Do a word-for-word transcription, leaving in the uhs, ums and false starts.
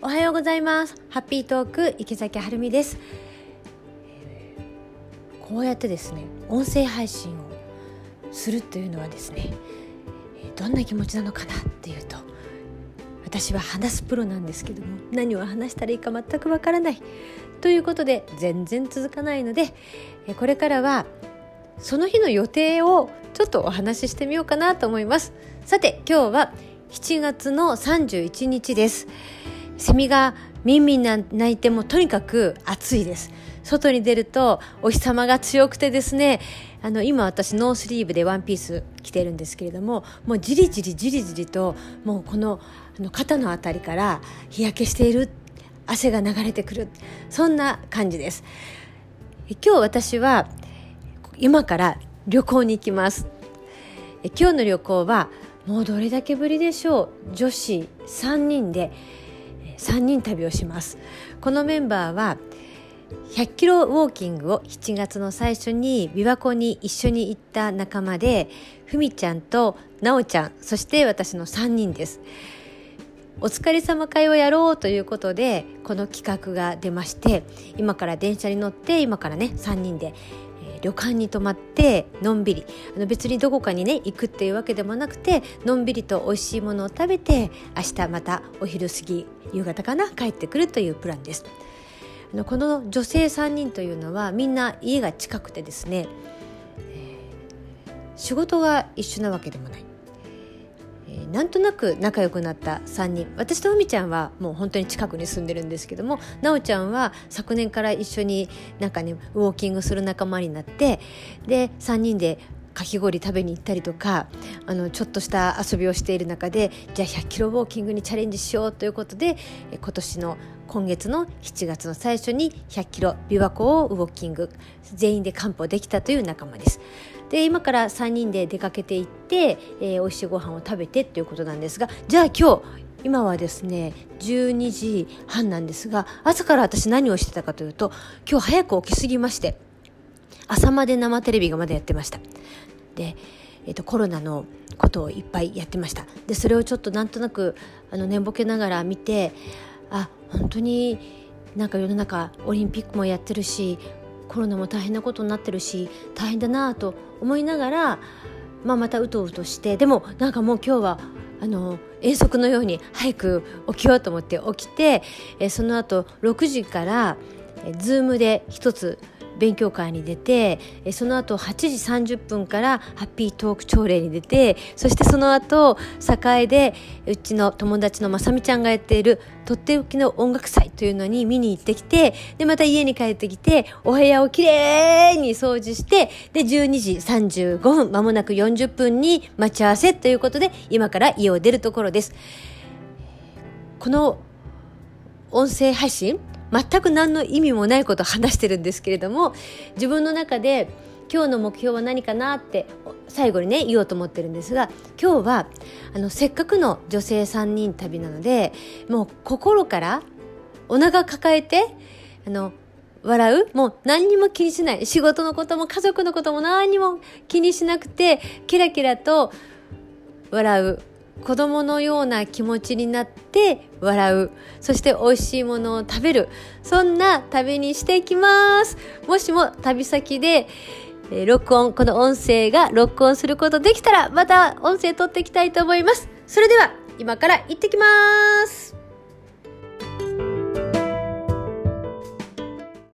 おはようございます。ハッピートーク池崎はるみです。こうやってですね、音声配信をするというのはですね、どんな気持ちなのかなっていうと、私は話すプロなんですけども、何を話したらいいか全くわからないということで全然続かないので、これからはその日の予定をちょっとお話ししてみようかなと思います。さて、今日はしちがつのさんじゅういちにちです。セミがみんみん鳴いてもとにかく暑いです。外に出るとお日様が強くてですね、あの今私ノースリーブでワンピース着てるんですけれども、もうじりじりじりじりともうこの、あの肩のあたりから日焼けしている、汗が流れてくる、そんな感じです。今日私は今から旅行に行きます。今日の旅行はもうどれだけぶりでしょう。女子さんにんでさんにん旅をします。このメンバーはひゃっキロウォーキングをしちがつの最初に琵琶湖に一緒に行った仲間で、ふみちゃんとなおちゃん、そして私のさんにんです。お疲れ様会をやろうということでこの企画が出まして、今から電車に乗って今からねさんにんで旅館に泊まってのんびり、あの別にどこかにね行くっていうわけでもなくて、のんびりと美味しいものを食べて、明日またお昼過ぎ夕方かな帰ってくるというプランです。あのこの女性さんにんというのはみんな家が近くてですね、えー、仕事が一緒なわけでもない、えー、なんとなく仲良くなったさんにん。私とふみちゃんはもう本当に近くに住んでるんですけども、なおちゃんは昨年から一緒になんかねウォーキングする仲間になって、でさんにんでかき氷食べに行ったりとか、あのちょっとした遊びをしている中で、じゃあひゃっキロウォーキングにチャレンジしようということで、今年の今月のしちがつの最初にひゃっキロ琵琶湖をウォーキング全員で完歩できたという仲間です。で今からさんにんで出かけていって、えー、美味しいご飯を食べてということなんですが、じゃあ今日今はですねじゅうにじはんなんですが、朝から私何をしてたかというと、今日早く起きすぎまして、朝まで生テレビがまだやってました。で、えーと、コロナのことをいっぱいやってました。でそれをちょっとなんとなくあの寝ぼけながら見て、あ本当になんか世の中オリンピックもやってるし、コロナも大変なことになってるし大変だなと思いながら、まあ、またうとうとして、でもなんかもう今日はあの遠足のように早く起きようと思って起きて、えその後ろくじからえ Zoom で一つ勉強会に出て、その後はちじさんじゅっぷんからハッピートーク朝礼に出て、そしてその後栄でうちの友達のまさみちゃんがやっているとっておきの音楽祭というのに見に行ってきて、でまた家に帰ってきてお部屋をきれいに掃除して、でじゅうにじさんじゅうごふん、まもなくよんじゅっぷんに待ち合わせということで今から家を出るところです。この音声配信全く何の意味もないことを話してるんですけれども、自分の中で今日の目標は何かなって最後にね言おうと思ってるんですが、今日はあのせっかくの女性さんにん旅なので、もう心からお腹抱えてあの笑う、もう何にも気にしない、仕事のことも家族のことも何にも気にしなくて、キラキラと笑う、子供のような気持ちになって笑う、そして美味しいものを食べる、そんな旅にしていきます。もしも旅先で、えー、録音この音声が録音することできたら、また音声取っていきたいと思います。それでは今から行ってきます。